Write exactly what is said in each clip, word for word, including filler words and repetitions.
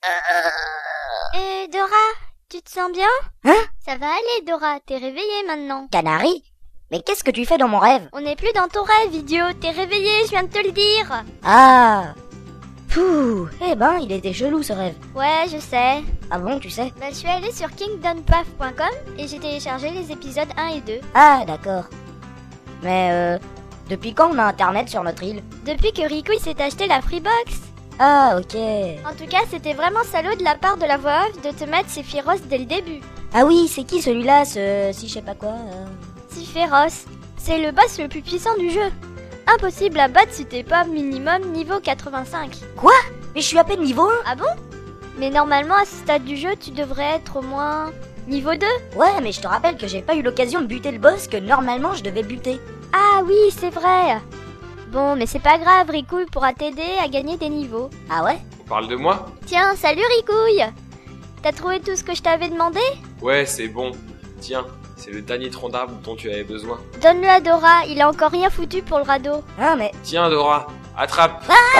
Euh, Dora, tu te sens bien? Hein? Ça va aller, Dora, t'es réveillée maintenant. Canary? Mais qu'est-ce que tu fais dans mon rêve? On n'est plus dans ton rêve, idiot, t'es réveillée, je viens de te le dire. Ah! Pouh! Eh ben, il était chelou ce rêve. Ouais, je sais. Ah bon, tu sais? Bah, je suis allée sur kingdom path point com et j'ai téléchargé les épisodes un et deux. Ah, d'accord. Mais euh, depuis quand on a internet sur notre île? Depuis que Riku il s'est acheté la Freebox. Ah, ok. En tout cas, c'était vraiment salaud de la part de la voix off de te mettre ces féroces dès le début. Ah oui, c'est qui celui-là, ce... si je sais pas quoi euh... Si féroce. C'est le boss le plus puissant du jeu. Impossible à battre si t'es pas minimum niveau quatre-vingt-cinq. Quoi? Mais je suis à peine niveau un. Ah bon? Mais normalement, à ce stade du jeu, tu devrais être au moins niveau deux. Ouais, mais je te rappelle que j'ai pas eu l'occasion de buter le boss que normalement je devais buter. Ah oui, c'est vrai. Bon, mais c'est pas grave, Ricouille pourra t'aider à gagner des niveaux. Ah ouais? On parle de moi? Tiens, salut Ricouille. T'as trouvé tout ce que je t'avais demandé? Ouais, c'est bon. Tiens, c'est le dernier tronc d'arbre dont tu avais besoin. Donne-le à Dora, il a encore rien foutu pour le radeau. Ah mais... Tiens, Dora, attrape.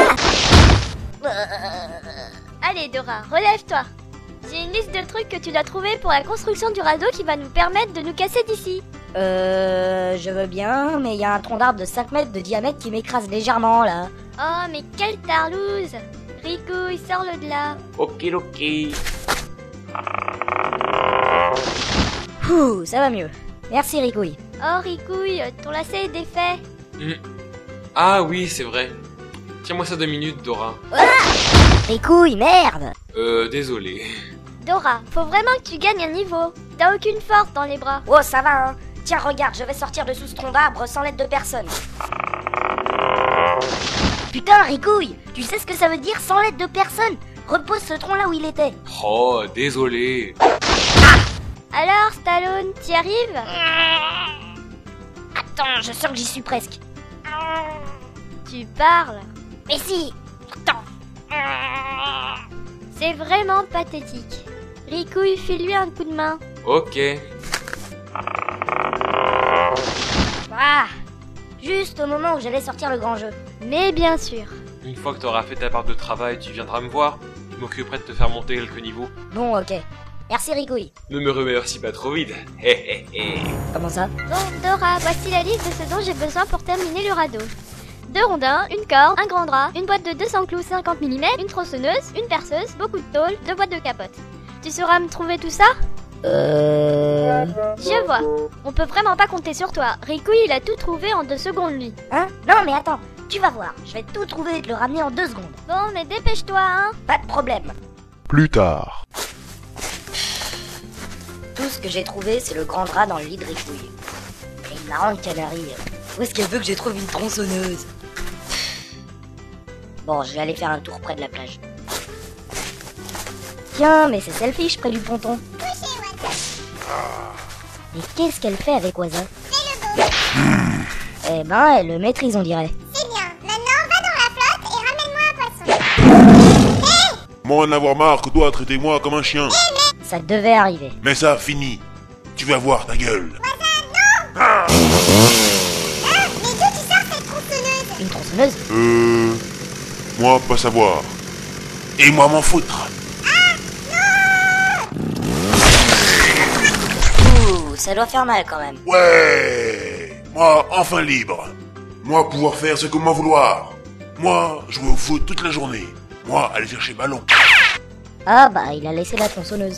Allez Dora, relève-toi. J'ai une liste de trucs que tu dois trouver pour la construction du radeau qui va nous permettre de nous casser d'ici. Euh... Je veux bien, mais il y a un tronc d'arbre de cinq mètres de diamètre qui m'écrase légèrement, là. Oh, mais quelle tarlouse. Ricouille, sors-le de là. Ok, ok. Ouh, ça va mieux. Merci, Ricouille. Oh Ricouille, ton lacet est défait. Hmm. Ah oui, c'est vrai. Tiens-moi ça deux minutes, Dora. Ricouille, merde! Euh, désolé. Dora, faut vraiment que tu gagnes un niveau. T'as aucune force dans les bras. Oh, ça va, hein. Tiens, regarde, je vais sortir de sous ce tronc d'arbre sans l'aide de personne. Putain, Ricouille, tu sais ce que ça veut dire sans l'aide de personne? Repose ce tronc là où il était. Oh, désolé. Alors, Stallone, t'y arrives? Attends, je sens que j'y suis presque. Tu parles. Mais si! Attends. C'est vraiment pathétique. Ricouille, file-lui un coup de main. Ok. Ah! Juste au moment où j'allais sortir le grand jeu. Mais bien sûr. Une fois que t'auras fait ta part de travail, tu viendras me voir. Je m'occuperai de te faire monter quelques niveaux. Bon, ok. Merci, Ricouille. Ne me remercie pas trop vite. Hé hé hé. Comment ça? Bon, Dora, voici la liste de ce dont j'ai besoin pour terminer le radeau. Deux rondins, une corde, un grand drap, une boîte de deux cents clous cinquante millimètres, une tronçonneuse, une perceuse, beaucoup de tôle, deux boîtes de capote. Tu sauras me trouver tout ça? Euh... Je vois. On peut vraiment pas compter sur toi. Ricouille, il a tout trouvé en deux secondes, lui. Hein? Non, mais attends. Tu vas voir. Je vais tout trouver et te le ramener en deux secondes. Bon, mais dépêche-toi, hein. Pas de problème. Plus tard. Tout ce que j'ai trouvé, c'est le grand drap dans le lit de Ricouille. Et une marrante Canary. Où est-ce qu'elle veut que je trouve une tronçonneuse? Bon, je vais aller faire un tour près de la plage. Tiens, mais c'est Selfish près du ponton. Mais qu'est-ce qu'elle fait avec Waza? Eh ben, elle le maîtrise, on dirait. C'est bien. Maintenant, va dans la flotte et ramène-moi un poisson. Moi en avoir marre que toi traitez-moi comme un chien. Ça devait arriver. Mais ça, fini. Tu vas voir ta gueule. Ah, mais d'où tu sors cette tronçonneuse? Une tronçonneuse? Euh... Moi, pas savoir. Et moi m'en foutre. Ouh, ça doit faire mal quand même. Ouais. Moi, enfin libre. Moi, pouvoir faire ce que moi vouloir. Moi, jouer au foot toute la journée. Moi, aller chercher ballon. Ah bah, il a laissé la tronçonneuse.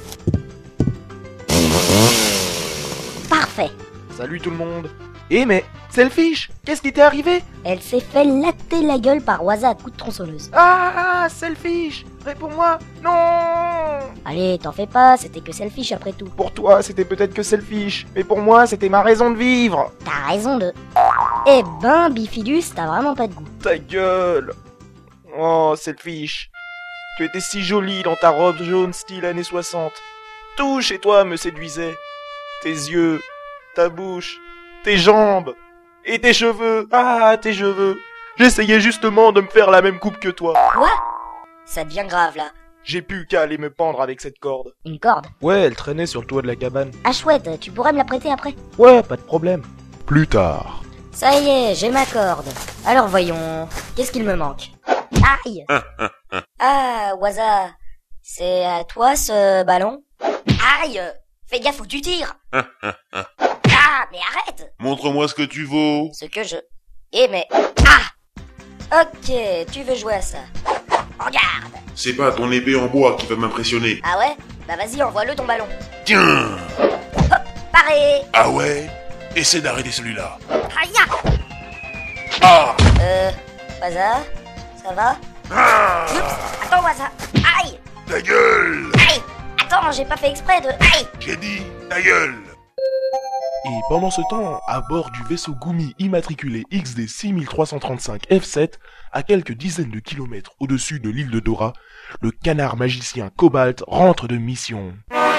Parfait. Salut tout le monde. Eh mais, Selfish, qu'est-ce qui t'est arrivé? Elle s'est fait latter la gueule par Waza à coups de tronçonneuse. Ah, Selfish, réponds-moi. Non. Allez, t'en fais pas, c'était que Selfish après tout. Pour toi, c'était peut-être que Selfish, mais pour moi, c'était ma raison de vivre. T'as raison de... Eh ben, Bifidus, t'as vraiment pas de goût. Ta gueule. Oh, Selfish. Tu étais si jolie dans ta robe jaune style années soixante. Tout chez toi me séduisait. Tes yeux, ta bouche, tes jambes, et tes cheveux. Ah, tes cheveux. J'essayais justement de me faire la même coupe que toi. Quoi? Ça devient grave là. J'ai plus qu'à aller me pendre avec cette corde. Une corde? Ouais, elle traînait sur le toit de la cabane. Ah chouette, tu pourrais me la prêter après? Ouais, pas de problème. Plus tard. Ça y est, j'ai ma corde. Alors voyons, qu'est-ce qu'il me manque? Aïe! Ah, Waza, C'est à toi ce ballon? Aïe! Fais gaffe où tu tires! Ah, mais arrête! Montre-moi ce que tu vaux. Ce que je... Eh mais... Ah! Ok, tu veux jouer à ça. Regarde! C'est pas ton épée en bois qui va m'impressionner. Ah ouais? Bah vas-y, envoie-le ton ballon. Tiens! Hop! Paré! Ah ouais? Essaie d'arrêter celui-là. Aïe! Ah! Euh... Waza? Ça va? Ah! Oups! Attends, Waza! Aïe! Ta gueule! Aïe! Attends, j'ai pas fait exprès de... Aïe! J'ai dit ta gueule! Et pendant ce temps, à bord du vaisseau Gumi immatriculé X D six trois trois cinq F sept, à quelques dizaines de kilomètres au-dessus de l'île de Dora, le canard magicien Cobalt rentre de mission.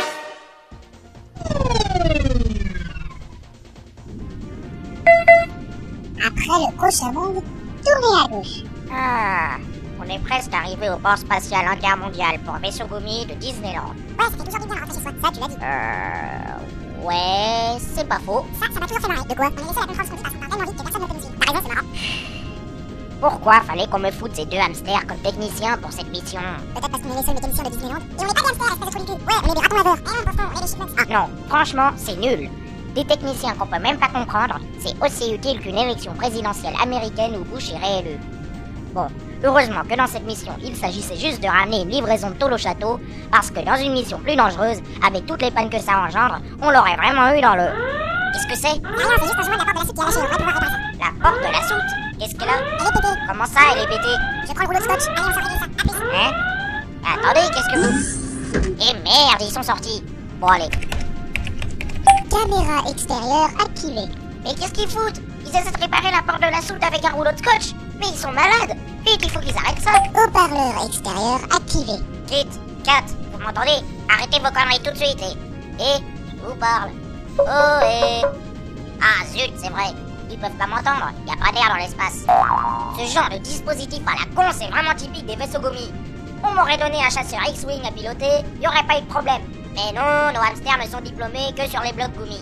Après le prochain monde, tournez à gauche. Ah, on est presque arrivé au port spatial intermondial pour vaisseau Gumi de Disneyland. Ouais, ça fait toujours bien de rentrer chez soi. Ça, tu l'as dit. Euh... Ouais, c'est pas faux. Ça, ça m'a toujours fait marrer. De quoi? On a laissé la contrôle sur notre tellement vite que personne ne peut nous suivre. T'as raison, c'est marrant. Pourquoi fallait qu'on me foute ces deux hamsters comme techniciens pour cette mission? Peut-être parce qu'on est les seuls mécaniciens de Disneyland. Et on est pas des hamsters, espèce de trou du cul. Ouais, on est des ratons laveurs. Eh non, pourtant, on est des chipmunks. Ah non, franchement, c'est nul. Des techniciens qu'on peut même pas comprendre, c'est aussi utile qu'une élection présidentielle américaine où Bush est réélu. Bon, heureusement que dans cette mission, il s'agissait juste de ramener une livraison de tôle au château, parce que dans une mission plus dangereuse, avec toutes les pannes que ça engendre, on l'aurait vraiment eu dans le... Qu'est-ce que c'est? Rien, c'est juste un joint de la porte de la soute qui est lâché. On va pouvoir réparer ça. La porte de la soute? Qu'est-ce qu'elle a? Elle est pétée. Comment ça, elle est pétée? Je prends le rouleau de scotch. Allez, on s'en règle ça. À plus. Hein? Attendez, qu'est-ce que vous... Eh merde, ils sont sortis. Bon, allez. Caméra extérieure activée. Mais qu'est-ce qu'ils foutent? Ils essaient de réparer la porte de la soute avec un rouleau de scotch. Mais ils sont malades. Vite, il faut qu'ils arrêtent ça. Haut-parleur extérieur activé. Kit, Kat, vous m'entendez? Arrêtez vos conneries tout de suite et... Et, je vous parle. Oh et... Ah zut, c'est vrai. Ils peuvent pas m'entendre, y a pas d'air dans l'espace. Ce genre de dispositif à la con, c'est vraiment typique des vaisseaux Gumi. On m'aurait donné un chasseur X-Wing à piloter, y aurait pas eu de problème. Mais non, nos hamsters ne sont diplômés que sur les blocs Gumi.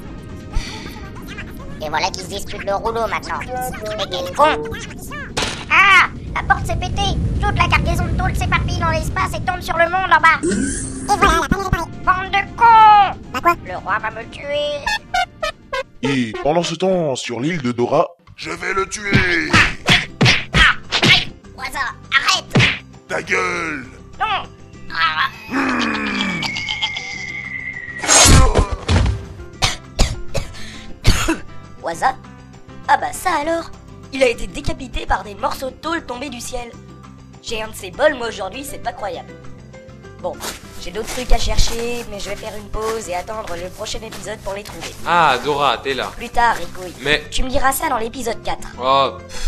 Et voilà qu'ils se disputent le rouleau maintenant. Mais quel con! Ah! La porte s'est pétée! Toute la cargaison de tôle s'éparpille dans l'espace et tombe sur le monde en bas! Et voilà, la panne est réparée. Bande de cons! Bah quoi? Le roi va me tuer! Et pendant ce temps, sur l'île de Dora, Je vais le tuer! Ah! Aïe! Waza, arrête! Ta gueule! Non! Ah! Waza? Ah bah ça alors! Il a été décapité par des morceaux de tôle tombés du ciel. J'ai un de ces bols moi aujourd'hui, c'est pas croyable. Bon, j'ai d'autres trucs à chercher, mais je vais faire une pause et attendre le prochain épisode pour les trouver. Ah, Dora, t'es là. Plus tard, Ricouille. Mais... Tu me diras ça dans l'épisode quatre. Oh, pff,